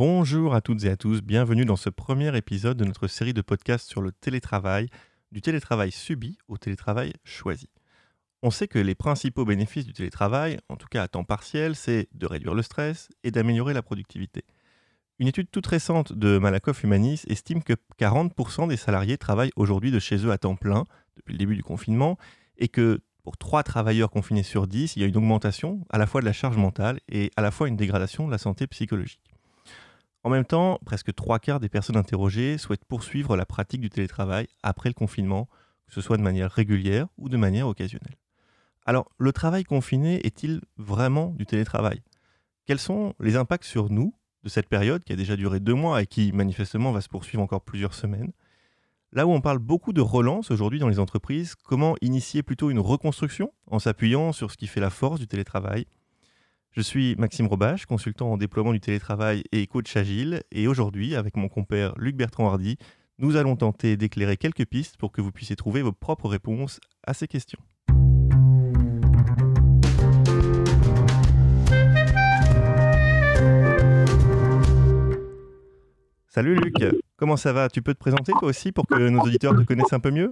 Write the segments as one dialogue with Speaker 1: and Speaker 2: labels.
Speaker 1: Bonjour à toutes et à tous, bienvenue dans ce premier épisode de notre série de podcasts sur le télétravail, du télétravail subi au télétravail choisi. On sait que les principaux bénéfices du télétravail, en tout cas à temps partiel, c'est de réduire le stress et d'améliorer la productivité. Une étude toute récente de Malakoff Humanis estime que 40% des salariés travaillent aujourd'hui de chez eux à temps plein depuis le début du confinement et que pour 3 travailleurs confinés sur 10, il y a une augmentation à la fois de la charge mentale et à la fois une dégradation de la santé psychologique. En même temps, presque 3 quarts des personnes interrogées souhaitent poursuivre la pratique du télétravail après le confinement, que ce soit de manière régulière ou de manière occasionnelle. Alors, le travail confiné est-il vraiment du télétravail ? Quels sont les impacts sur nous de cette période qui a déjà duré 2 mois et qui manifestement va se poursuivre encore plusieurs semaines ? Là où on parle beaucoup de relance aujourd'hui dans les entreprises, comment initier plutôt une reconstruction en s'appuyant sur ce qui fait la force du télétravail ? Je suis Maxime Robache, consultant en déploiement du télétravail et coach agile, et aujourd'hui, avec mon compère Luc Bertrand-Hardy, nous allons tenter d'éclairer quelques pistes pour que vous puissiez trouver vos propres réponses à ces questions. Salut Luc, comment ça va ? Tu peux te présenter toi aussi pour que nos auditeurs te connaissent un peu mieux ?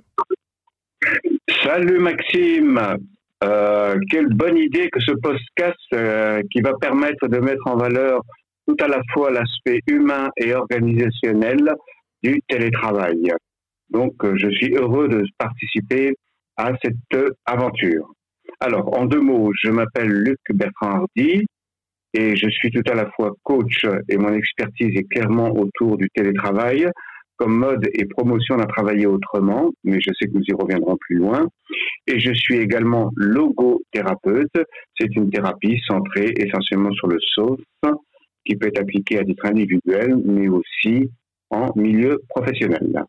Speaker 2: Salut Maxime, quelle bonne idée que ce podcast qui va permettre de mettre en valeur tout à la fois l'aspect humain et organisationnel du télétravail. Donc je suis heureux de participer à cette aventure. Alors en 2 mots, je m'appelle Luc Bertrand-Hardy et je suis tout à la fois coach et mon expertise est clairement autour du télétravail comme mode et promotion d'un travailler autrement, mais je sais que nous y reviendrons plus loin. Et je suis également logothérapeute. C'est une thérapie centrée essentiellement sur le SOS, qui peut être appliquée à titre individuel, mais aussi en milieu professionnel.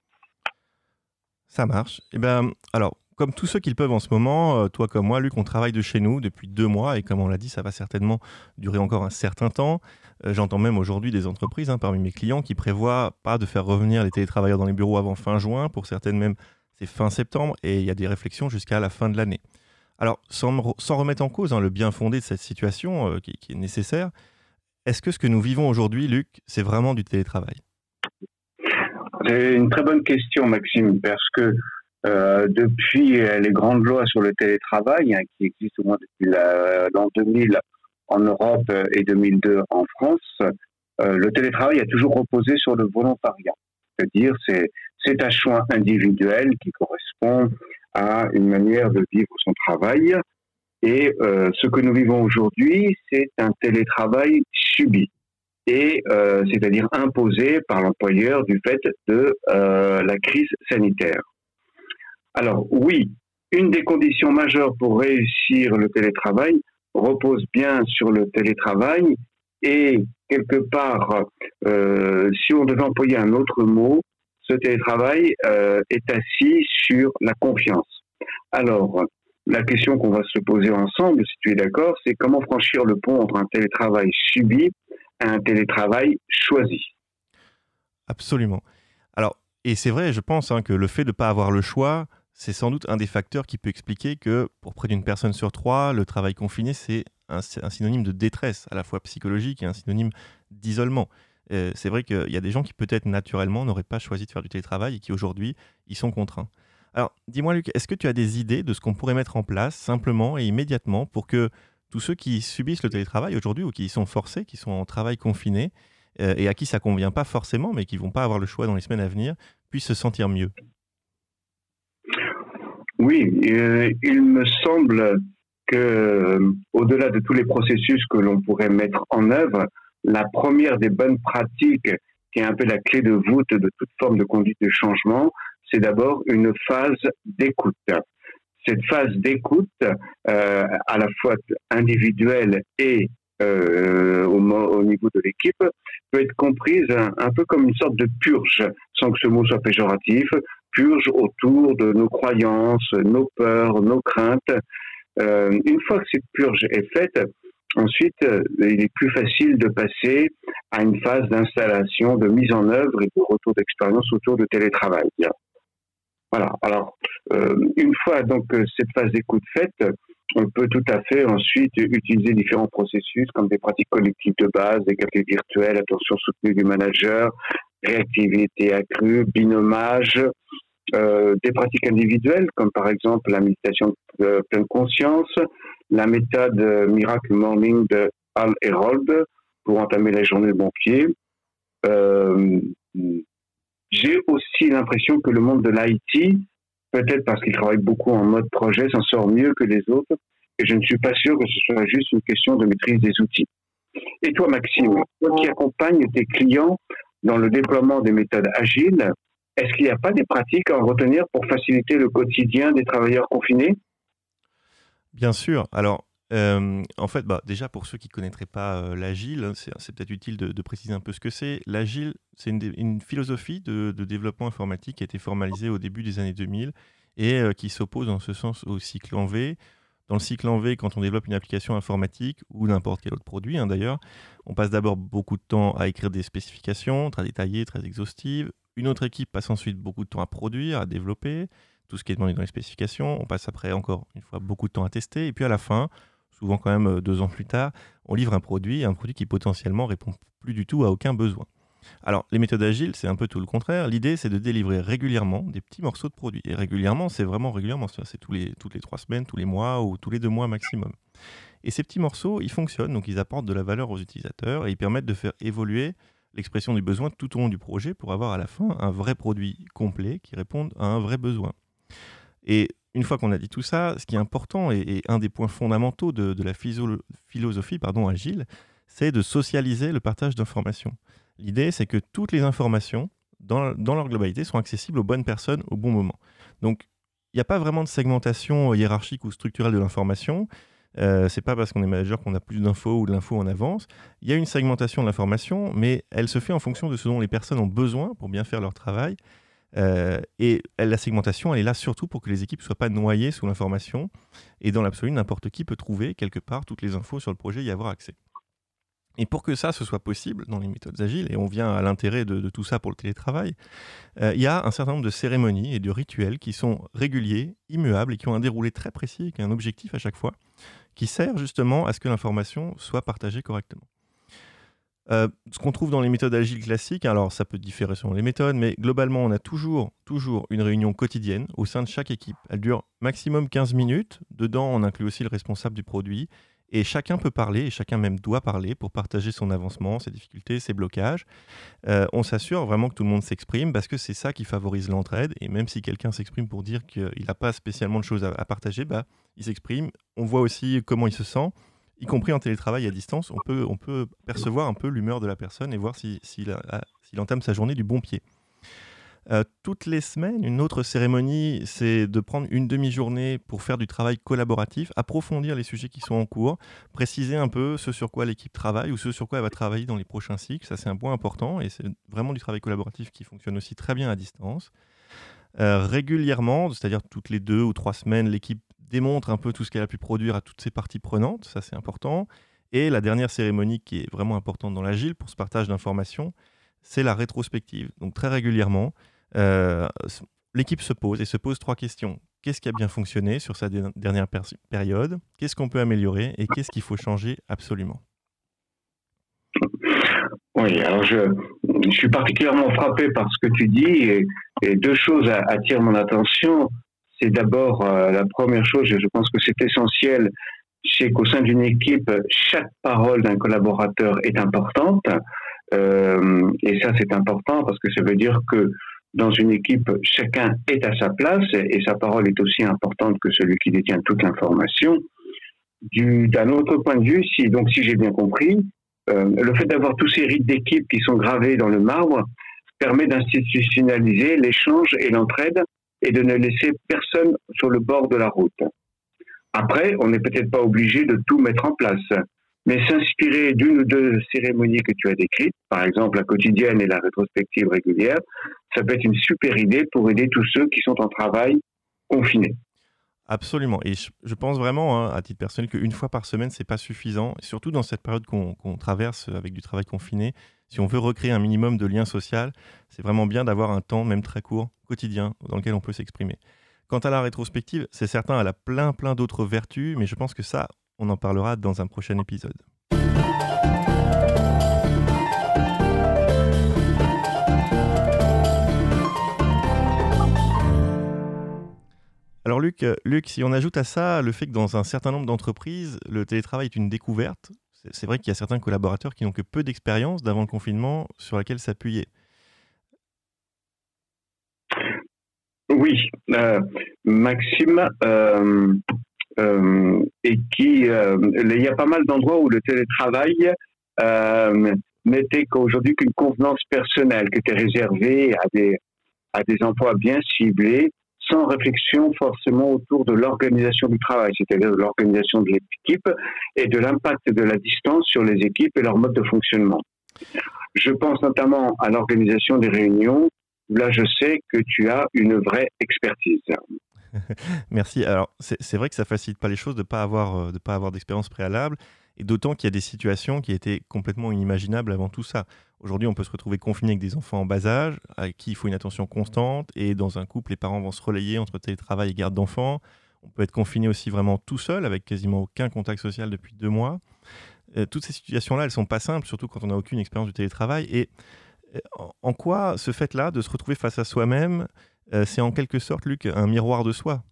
Speaker 1: Ça marche. Eh bien, alors, comme tous ceux qui le peuvent en ce moment, toi comme moi, Luc, on travaille de chez nous depuis 2 mois et comme on l'a dit, ça va certainement durer encore un certain temps. J'entends même aujourd'hui des entreprises parmi mes clients qui prévoient pas de faire revenir les télétravailleurs dans les bureaux avant fin juin, pour certaines même c'est fin septembre, et il y a des réflexions jusqu'à la fin de l'année. Alors, sans remettre en cause le bien fondé de cette situation qui est nécessaire, est-ce que ce que nous vivons aujourd'hui, Luc, c'est vraiment du télétravail ?
Speaker 2: C'est une très bonne question, Maxime, parce que depuis les grandes lois sur le télétravail, qui existent au moins depuis l'an 2000 en Europe et 2002 en France, le télétravail a toujours reposé sur le volontariat. C'est-à-dire, c'est un choix individuel qui correspond à une manière de vivre son travail. Et ce que nous vivons aujourd'hui, c'est un télétravail subi. Et c'est-à-dire imposé par l'employeur du fait de la crise sanitaire. Alors oui, une des conditions majeures pour réussir le télétravail repose bien sur le télétravail et quelque part, si on devait employer un autre mot, ce télétravail est assis sur la confiance. Alors, la question qu'on va se poser ensemble, si tu es d'accord, c'est comment franchir le pont entre un télétravail subi et un télétravail choisi.
Speaker 1: Absolument. Alors, et c'est vrai, je pense que le fait de ne pas avoir le choix, c'est sans doute un des facteurs qui peut expliquer que pour près d'une personne sur 3, le travail confiné, c'est un synonyme de détresse, à la fois psychologique et un synonyme d'isolement. C'est vrai qu'il y a des gens qui peut-être naturellement n'auraient pas choisi de faire du télétravail et qui aujourd'hui, ils sont contraints. Alors, dis-moi Luc, est-ce que tu as des idées de ce qu'on pourrait mettre en place simplement et immédiatement pour que tous ceux qui subissent le télétravail aujourd'hui ou qui y sont forcés, qui sont en travail confiné et à qui ça ne convient pas forcément, mais qui ne vont pas avoir le choix dans les semaines à venir, puissent se sentir mieux ?
Speaker 2: Oui, il me semble que, au-delà de tous les processus que l'on pourrait mettre en œuvre, la première des bonnes pratiques, qui est un peu la clé de voûte de toute forme de conduite de changement, c'est d'abord une phase d'écoute. Cette phase d'écoute, à la fois individuelle et au niveau de l'équipe, peut être comprise un peu comme une sorte de purge, sans que ce mot soit péjoratif, purge autour de nos croyances, nos peurs, nos craintes. Une fois que cette purge est faite, ensuite, il est plus facile de passer à une phase d'installation, de mise en œuvre et de retour d'expérience autour du télétravail. Voilà. Alors, une fois donc cette phase d'écoute faite, on peut tout à fait ensuite utiliser différents processus comme des pratiques collectives de base, des cafés virtuels, attention soutenue du manager, réactivité accrue, binomage, des pratiques individuelles comme par exemple la méditation de pleine conscience, la méthode Miracle Morning de Hal Herold pour entamer la journée de bon pied. J'ai aussi l'impression que le monde de l'IT, peut-être parce qu'il travaille beaucoup en mode projet, s'en sort mieux que les autres. Et je ne suis pas sûr que ce soit juste une question de maîtrise des outils. Et toi, Maxime, toi qui accompagnes tes clients dans le déploiement des méthodes agiles, est-ce qu'il n'y a pas des pratiques à en retenir pour faciliter le quotidien des travailleurs confinés ?
Speaker 1: Bien sûr. Alors, en fait, déjà pour ceux qui ne connaîtraient pas l'agile, c'est peut-être utile de préciser un peu ce que c'est. L'agile, c'est une philosophie de développement informatique qui a été formalisée au début des années 2000 et qui s'oppose en ce sens au cycle en V. Dans le cycle en V, quand on développe une application informatique ou n'importe quel autre produit, d'ailleurs, on passe d'abord beaucoup de temps à écrire des spécifications très détaillées, très exhaustives. Une autre équipe passe ensuite beaucoup de temps à produire, à développer tout ce qui est demandé dans les spécifications. On passe après encore une fois beaucoup de temps à tester. Et puis à la fin, souvent quand même 2 ans plus tard, on livre un produit qui potentiellement répond plus du tout à aucun besoin. Alors, les méthodes agiles, c'est un peu tout le contraire. L'idée, c'est de délivrer régulièrement des petits morceaux de produits. Et régulièrement, c'est vraiment régulièrement. C'est toutes les 3 semaines, tous les mois ou tous les 2 mois maximum. Et ces petits morceaux, ils fonctionnent, donc ils apportent de la valeur aux utilisateurs et ils permettent de faire évoluer l'expression du besoin tout au long du projet pour avoir à la fin un vrai produit complet qui réponde à un vrai besoin. Et une fois qu'on a dit tout ça, ce qui est important et un des points fondamentaux de la philosophie agile, c'est de socialiser le partage d'informations. L'idée, c'est que toutes les informations, dans leur globalité, sont accessibles aux bonnes personnes au bon moment. Donc, il n'y a pas vraiment de segmentation hiérarchique ou structurelle de l'information. C'est pas parce qu'on est manager qu'on a plus d'infos ou de l'info en avance. Il y a une segmentation de l'information, mais elle se fait en fonction de ce dont les personnes ont besoin pour bien faire leur travail. Et la segmentation, elle est là surtout pour que les équipes ne soient pas noyées sous l'information. Et dans l'absolu, n'importe qui peut trouver quelque part toutes les infos sur le projet et y avoir accès. Et pour que ça, ce soit possible dans les méthodes agiles, et on vient à l'intérêt de tout ça pour le télétravail, il y a un certain nombre de cérémonies et de rituels qui sont réguliers, immuables et qui ont un déroulé très précis et qui ont un objectif à chaque fois, qui sert justement à ce que l'information soit partagée correctement. Ce qu'on trouve dans les méthodes agiles classiques, alors ça peut différer selon les méthodes, mais globalement, on a toujours une réunion quotidienne au sein de chaque équipe. Elle dure maximum 15 minutes. Dedans, on inclut aussi le responsable du produit. Et chacun peut parler, et chacun même doit parler pour partager son avancement, ses difficultés, ses blocages. On s'assure vraiment que tout le monde s'exprime parce que c'est ça qui favorise l'entraide. Et même si quelqu'un s'exprime pour dire qu'il n'a pas spécialement de choses à partager, il s'exprime. On voit aussi comment il se sent, y compris en télétravail à distance. On peut percevoir un peu l'humeur de la personne et voir s'il entame sa journée du bon pied. Toutes les semaines, une autre cérémonie, c'est de prendre une demi-journée pour faire du travail collaboratif, approfondir les sujets qui sont en cours, préciser un peu ce sur quoi l'équipe travaille ou ce sur quoi elle va travailler dans les prochains cycles. Ça, c'est un point important et c'est vraiment du travail collaboratif qui fonctionne aussi très bien à distance. Régulièrement, c'est-à-dire toutes les 2 ou 3 semaines, l'équipe démontre un peu tout ce qu'elle a pu produire à toutes ses parties prenantes. Ça, c'est important. Et la dernière cérémonie qui est vraiment importante dans l'agile pour ce partage d'informations, c'est la rétrospective. Donc très régulièrement, l'équipe se pose 3 questions. Qu'est-ce qui a bien fonctionné sur sa dernière période ? Qu'est-ce qu'on peut améliorer ? Et qu'est-ce qu'il faut changer absolument ?
Speaker 2: Oui, alors je suis particulièrement frappé par ce que tu dis et 2 choses attirent mon attention. C'est d'abord la première chose, et je pense que c'est essentiel, c'est qu'au sein d'une équipe, chaque parole d'un collaborateur est importante. Et ça, c'est important parce que ça veut dire que dans une équipe, chacun est à sa place et sa parole est aussi importante que celui qui détient toute l'information. D'un autre point de vue, si j'ai bien compris, le fait d'avoir tous ces rites d'équipe qui sont gravés dans le marbre permet d'institutionnaliser l'échange et l'entraide et de ne laisser personne sur le bord de la route. Après, on n'est peut-être pas obligé de tout mettre en place, mais s'inspirer d'une ou 2 cérémonies que tu as décrites, par exemple la quotidienne et la rétrospective régulière, ça peut être une super idée pour aider tous ceux qui sont en travail confinés.
Speaker 1: Absolument. Et je pense vraiment, à titre personnel, qu'une fois par semaine, c'est pas suffisant. Et surtout dans cette période qu'on traverse avec du travail confiné, si on veut recréer un minimum de lien social, c'est vraiment bien d'avoir un temps, même très court, quotidien, dans lequel on peut s'exprimer. Quant à la rétrospective, c'est certain, elle a plein d'autres vertus, mais je pense que ça, on en parlera dans un prochain épisode. Alors Luc, si on ajoute à ça le fait que dans un certain nombre d'entreprises, le télétravail est une découverte, c'est vrai qu'il y a certains collaborateurs qui n'ont que peu d'expérience d'avant le confinement sur laquelle s'appuyer.
Speaker 2: Oui, Maxime, et il y a pas mal d'endroits où le télétravail n'était qu'aujourd'hui qu'une convenance personnelle, qui était réservée à des emplois bien ciblés, sans réflexion forcément autour de l'organisation du travail, c'est-à-dire de l'organisation de l'équipe et de l'impact de la distance sur les équipes et leur mode de fonctionnement. Je pense notamment à l'organisation des réunions. Là, je sais que tu as une vraie expertise.
Speaker 1: Merci. Alors, c'est vrai que ça facilite pas les choses de pas avoir d'expérience préalable, et d'autant qu'il y a des situations qui étaient complètement inimaginables avant tout ça. Aujourd'hui, on peut se retrouver confiné avec des enfants en bas âge, à qui il faut une attention constante, et dans un couple, les parents vont se relayer entre télétravail et garde d'enfants. On peut être confiné aussi vraiment tout seul, avec quasiment aucun contact social depuis 2 mois. Toutes ces situations-là, elles sont pas simples, surtout quand on n'a aucune expérience du télétravail. Et en quoi ce fait-là, de se retrouver face à soi-même, c'est en quelque sorte, Luc, un miroir de soi?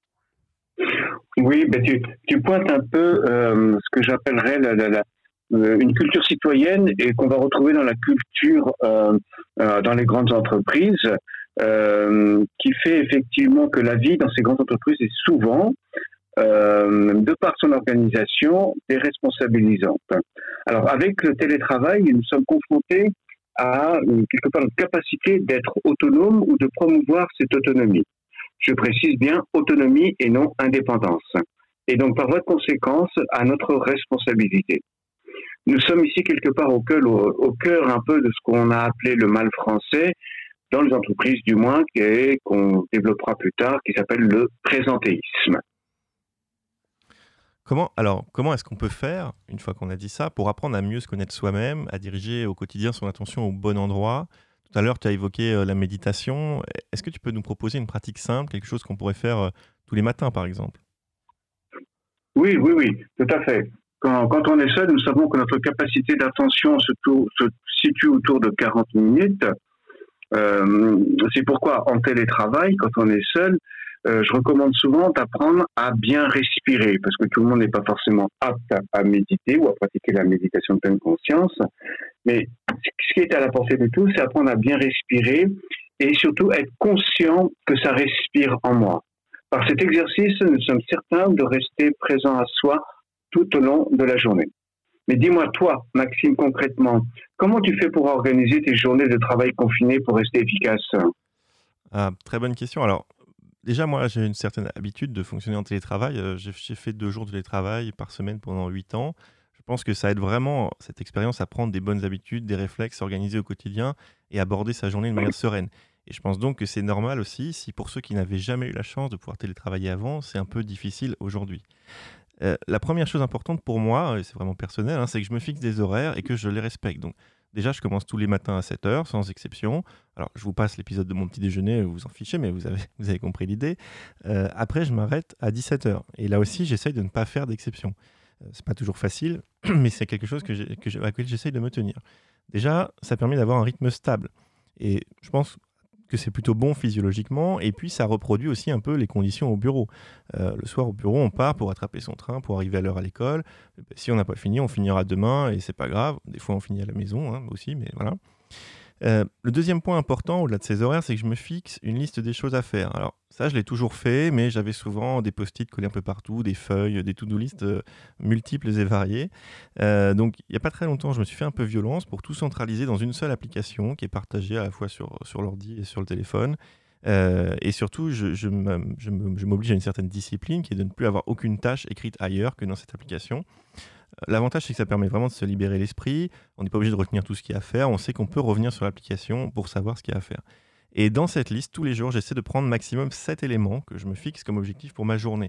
Speaker 2: Oui, ben tu pointes un peu ce que j'appellerais une culture citoyenne et qu'on va retrouver dans la culture dans les grandes entreprises, qui fait effectivement que la vie dans ces grandes entreprises est souvent, de par son organisation, déresponsabilisante. Alors avec le télétravail, nous sommes confrontés à quelque part une capacité d'être autonome ou de promouvoir cette autonomie. Je précise bien autonomie et non indépendance. Et donc, par voie de conséquence, à notre responsabilité. Nous sommes ici quelque part au cœur un peu de ce qu'on a appelé le mal français, dans les entreprises du moins, qu'on développera plus tard, qui s'appelle le présentéisme.
Speaker 1: Comment est-ce qu'on peut faire, une fois qu'on a dit ça, pour apprendre à mieux se connaître soi-même, à diriger au quotidien son attention au bon endroit? Tout à l'heure, tu as évoqué la méditation. Est-ce que tu peux nous proposer une pratique simple, quelque chose qu'on pourrait faire tous les matins, par exemple?
Speaker 2: Oui, tout à fait. Quand on est seul, nous savons que notre capacité d'attention se situe autour de 40 minutes. C'est pourquoi en télétravail, quand on est seul, je recommande souvent d'apprendre à bien respirer, parce que tout le monde n'est pas forcément apte à méditer ou à pratiquer la méditation de pleine conscience. Mais ce qui est à la portée de tous, c'est apprendre à bien respirer et surtout être conscient que ça respire en moi. Par cet exercice, nous sommes certains de rester présents à soi tout au long de la journée. Mais dis-moi, toi, Maxime, concrètement, comment tu fais pour organiser tes journées de travail confinées pour rester efficace?
Speaker 1: Très bonne question. Alors, déjà, moi, j'ai une certaine habitude de fonctionner en télétravail. J'ai fait 2 jours de télétravail par semaine pendant 8 ans. Je pense que ça aide vraiment, cette expérience, à prendre des bonnes habitudes, des réflexes, s'organiser au quotidien et aborder sa journée de manière sereine. Et je pense donc que c'est normal aussi, si pour ceux qui n'avaient jamais eu la chance de pouvoir télétravailler avant, c'est un peu difficile aujourd'hui. La première chose importante pour moi, et c'est vraiment personnel, c'est que je me fixe des horaires et que je les respecte. Donc déjà, je commence tous les matins à 7h, sans exception. Alors, je vous passe l'épisode de mon petit déjeuner, vous en fichez, mais vous avez compris l'idée. Après, je m'arrête à 17h. Et là aussi, j'essaye de ne pas faire d'exception. C'est pas toujours facile, mais c'est quelque chose à laquelle j'essaye de me tenir. Déjà, ça permet d'avoir un rythme stable. Et je pense que c'est plutôt bon physiologiquement, et puis ça reproduit aussi un peu les conditions au bureau. Le soir au bureau, on part pour attraper son train, pour arriver à l'heure à l'école. Si on n'a pas fini, on finira demain, et c'est pas grave. Des fois, on finit à la maison aussi, mais voilà. Le deuxième point important, au-delà de ces horaires, c'est que je me fixe une liste des choses à faire. Alors ça, je l'ai toujours fait, mais j'avais souvent des post-it collés un peu partout, des feuilles, des to-do list multiples et variées. Donc il n'y a pas très longtemps, je me suis fait un peu violence pour tout centraliser dans une seule application qui est partagée à la fois sur l'ordi et sur le téléphone. Et surtout, je m'oblige à une certaine discipline qui est de ne plus avoir aucune tâche écrite ailleurs que dans cette application. L'avantage, c'est que ça permet vraiment de se libérer l'esprit. On n'est pas obligé de retenir tout ce qu'il y a à faire. On sait qu'on peut revenir sur l'application pour savoir ce qu'il y a à faire. Et dans cette liste, tous les jours, j'essaie de prendre maximum 7 éléments que je me fixe comme objectif pour ma journée.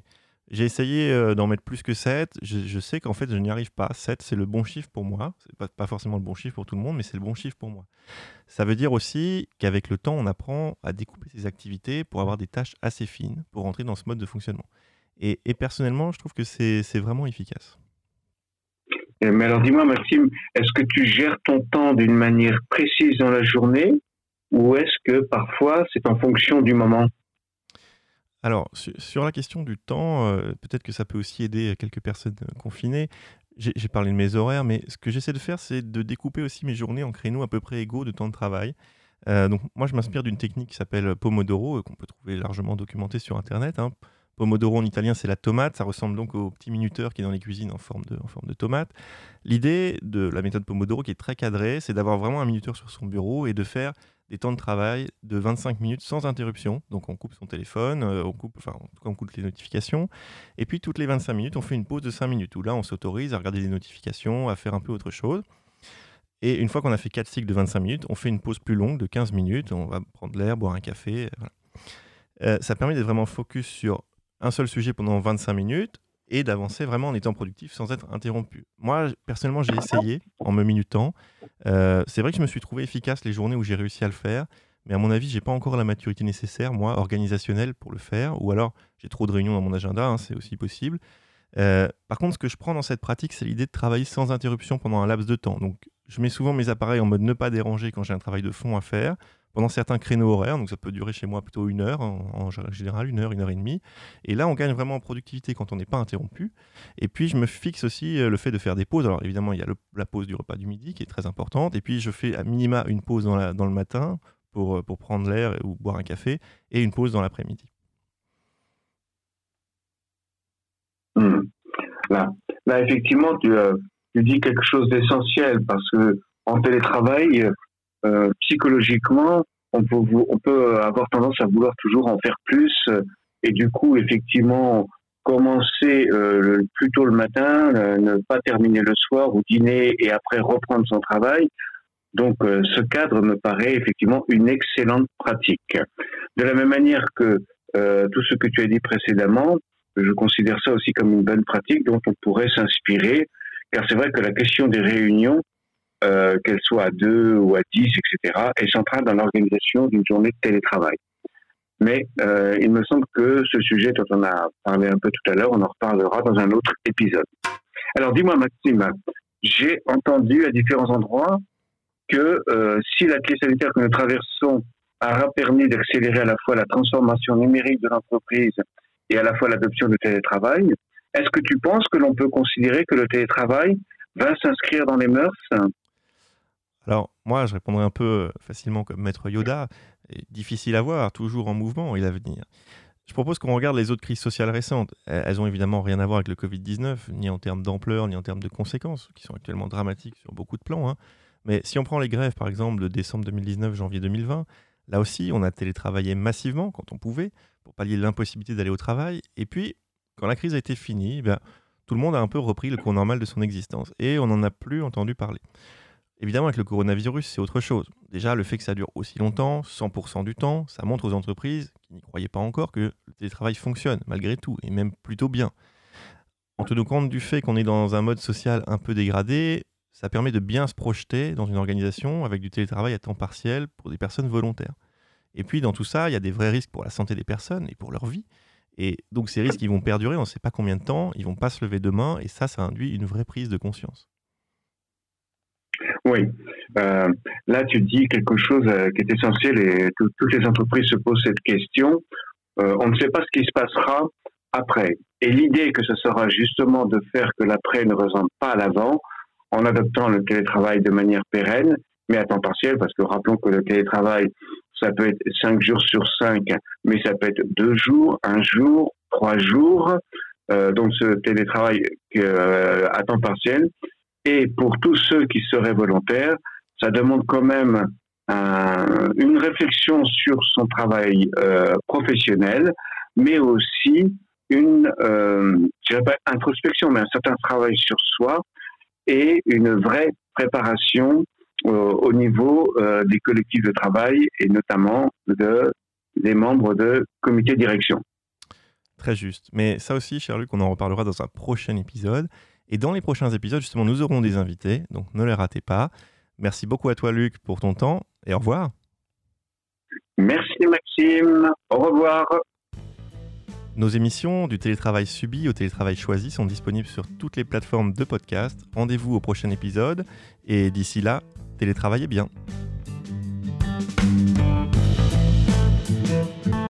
Speaker 1: J'ai essayé d'en mettre plus que 7. Je sais qu'en fait, je n'y arrive pas. 7, c'est le bon chiffre pour moi. C'est pas forcément le bon chiffre pour tout le monde, mais c'est le bon chiffre pour moi. Ça veut dire aussi qu'avec le temps, on apprend à découper ses activités pour avoir des tâches assez fines, pour rentrer dans ce mode de fonctionnement. Et personnellement, je trouve que c'est vraiment efficace.
Speaker 2: Mais alors dis-moi Maxime, est-ce que tu gères ton temps d'une manière précise dans la journée ou est-ce que parfois c'est en fonction du moment?
Speaker 1: Alors, sur la question du temps, peut-être que ça peut aussi aider quelques personnes confinées. J'ai parlé de mes horaires, mais ce que j'essaie de faire, c'est de découper aussi mes journées en créneaux à peu près égaux de temps de travail. Donc moi, je m'inspire d'une technique qui s'appelle Pomodoro, qu'on peut trouver largement documentée sur internet, hein. Pomodoro en italien, c'est la tomate. Ça ressemble donc au petit minuteur qui est dans les cuisines en forme de tomate. L'idée de la méthode Pomodoro, qui est très cadrée, c'est d'avoir vraiment un minuteur sur son bureau et de faire des temps de travail de 25 minutes sans interruption. Donc on coupe son téléphone, en tout cas on coupe les notifications. Et puis toutes les 25 minutes, on fait une pause de 5 minutes où là on s'autorise à regarder des notifications, à faire un peu autre chose. Et une fois qu'on a fait 4 cycles de 25 minutes, on fait une pause plus longue de 15 minutes. On va prendre l'air, boire un café. Voilà. Ça permet d'être vraiment focus sur un seul sujet pendant 25 minutes et d'avancer vraiment en étant productif sans être interrompu. Moi, personnellement, j'ai essayé en me minutant. C'est vrai que je me suis trouvé efficace les journées où j'ai réussi à le faire, mais à mon avis, j'ai pas encore la maturité nécessaire, moi, organisationnelle pour le faire, ou alors j'ai trop de réunions dans mon agenda, hein, c'est aussi possible. Par contre, ce que je prends dans cette pratique, c'est l'idée de travailler sans interruption pendant un laps de temps. Donc, je mets souvent mes appareils en mode ne pas déranger quand j'ai un travail de fond à faire, pendant certains créneaux horaires, donc ça peut durer chez moi plutôt 1 heure, en général 1 heure et demie. Et là, on gagne vraiment en productivité quand on n'est pas interrompu. Et puis, je me fixe aussi le fait de faire des pauses. Alors évidemment, il y a la pause du repas du midi qui est très importante. Et puis, je fais à minima une pause dans le matin pour prendre l'air ou boire un café, et une pause dans l'après-midi.
Speaker 2: Hmm. Là, effectivement, tu dis quelque chose d'essentiel parce que en télétravail, psychologiquement, on peut avoir tendance à vouloir toujours en faire plus et du coup, effectivement, commencer plus tôt le matin, ne pas terminer le soir ou dîner et après reprendre son travail. Donc, ce cadre me paraît effectivement une excellente pratique. De la même manière que tout ce que tu as dit précédemment, je considère ça aussi comme une bonne pratique dont on pourrait s'inspirer, car c'est vrai que la question des réunions, qu'elles soient à 2 ou à 10, etc., est centrale dans l'organisation d'une journée de télétravail. Mais il me semble que ce sujet dont on a parlé un peu tout à l'heure, on en reparlera dans un autre épisode. Alors dis-moi Maxime, j'ai entendu à différents endroits que si la crise sanitaire que nous traversons a permis d'accélérer à la fois la transformation numérique de l'entreprise et à la fois l'adoption du télétravail, est-ce que tu penses que l'on peut considérer que le télétravail va s'inscrire dans les mœurs?
Speaker 1: Alors, moi, je répondrai un peu facilement comme Maître Yoda. Difficile à voir, toujours en mouvement et l'avenir. Je propose qu'on regarde les autres crises sociales récentes. Elles ont évidemment rien à voir avec le Covid-19, ni en termes d'ampleur, ni en termes de conséquences, qui sont actuellement dramatiques sur beaucoup de plans, hein. Mais si on prend les grèves, par exemple, de décembre 2019, janvier 2020, là aussi, on a télétravaillé massivement quand on pouvait, pour pallier l'impossibilité d'aller au travail. Et puis, quand la crise a été finie, tout le monde a un peu repris le cours normal de son existence. Et on n'en a plus entendu parler. Évidemment, avec le coronavirus, c'est autre chose. Déjà, le fait que ça dure aussi longtemps, 100% du temps, ça montre aux entreprises qui n'y croyaient pas encore que le télétravail fonctionne, malgré tout, et même plutôt bien. En tenant compte du fait qu'on est dans un mode social un peu dégradé, ça permet de bien se projeter dans une organisation avec du télétravail à temps partiel pour des personnes volontaires. Et puis, dans tout ça, il y a des vrais risques pour la santé des personnes et pour leur vie. Et donc, ces risques, ils vont perdurer, on ne sait pas combien de temps, ils ne vont pas se lever demain, et ça induit une vraie prise de conscience.
Speaker 2: Oui, là tu dis quelque chose qui est essentiel et toutes les entreprises se posent cette question. On ne sait pas ce qui se passera après. Et l'idée que ce sera justement de faire que l'après ne ressemble pas à l'avant en adoptant le télétravail de manière pérenne, mais à temps partiel, parce que rappelons que le télétravail, ça peut être 5 jours sur 5, mais ça peut être 2 jours, 1 jour, 3 jours. Donc ce télétravail à temps partiel. Et pour tous ceux qui seraient volontaires, ça demande quand même une réflexion sur son travail professionnel, mais aussi une, je dirais pas introspection, mais un certain travail sur soi et une vraie préparation au niveau des collectifs de travail et notamment des membres de comité de direction.
Speaker 1: Très juste. Mais ça aussi, cher Luc, on en reparlera dans un prochain épisode. Et dans les prochains épisodes, justement, nous aurons des invités, donc ne les ratez pas. Merci beaucoup à toi, Luc, pour ton temps et au revoir.
Speaker 2: Merci Maxime, au revoir.
Speaker 1: Nos émissions du télétravail subi au télétravail choisi sont disponibles sur toutes les plateformes de podcast. Rendez-vous au prochain épisode et d'ici là, télétravaillez bien.